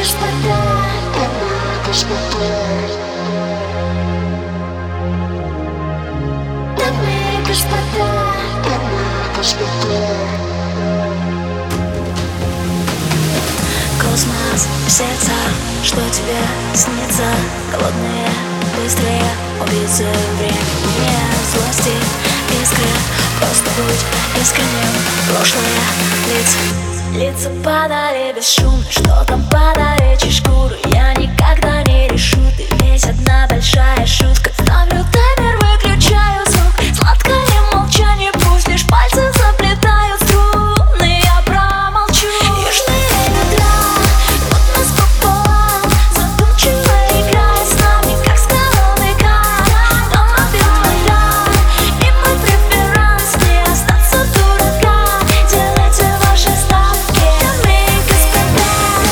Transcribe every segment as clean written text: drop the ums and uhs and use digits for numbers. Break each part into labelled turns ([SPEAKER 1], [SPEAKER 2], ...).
[SPEAKER 1] господа, дамы и господа, космос, сердца, что тебе снится? Голодные, быстрые убийцы времени, злости, искры. Просто будь искренним. Прошлое, лица падали бесшумно. Что там под овечьей шкурой? Я никогда не решу. Ты ведь одна большая шутка. Ставлю таймер, выключаю звук. Сладкое молчание, пусть лишь пальцы заплетают струны. Я промолчу. Южные ветра ждут нас пополам, задумчиво играя с нами, как с колонника. Дом объем льда, и мой преферанс не остаться дурака. Делайте ваши ставки, дамы и господа.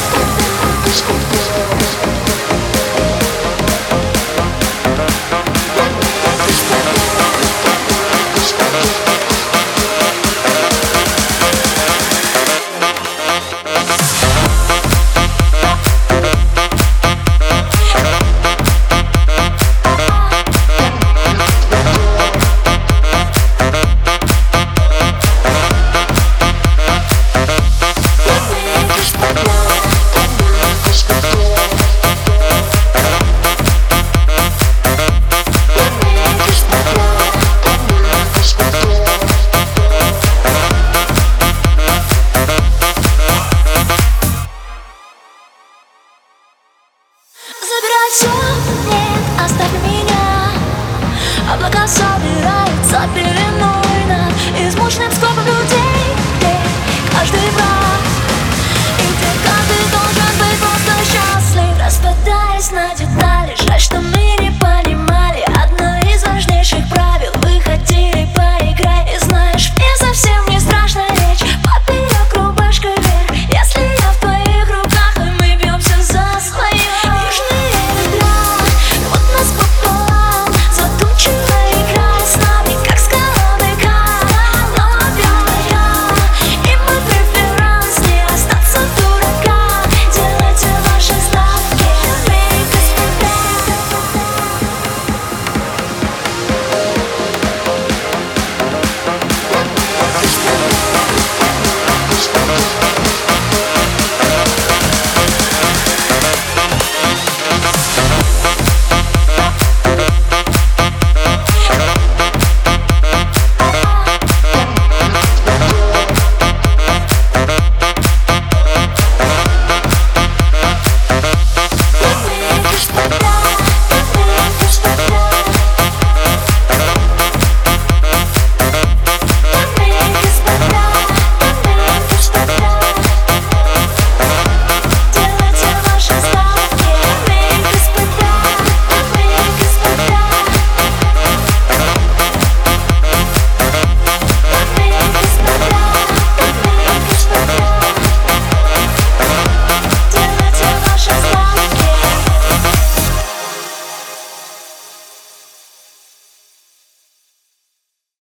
[SPEAKER 1] Забирай все, нет, оставь меня. Облака собираются пеленой над измученным скопом людей, где каждый враг, и где каждый должен быть просто счастлив, распадаясь на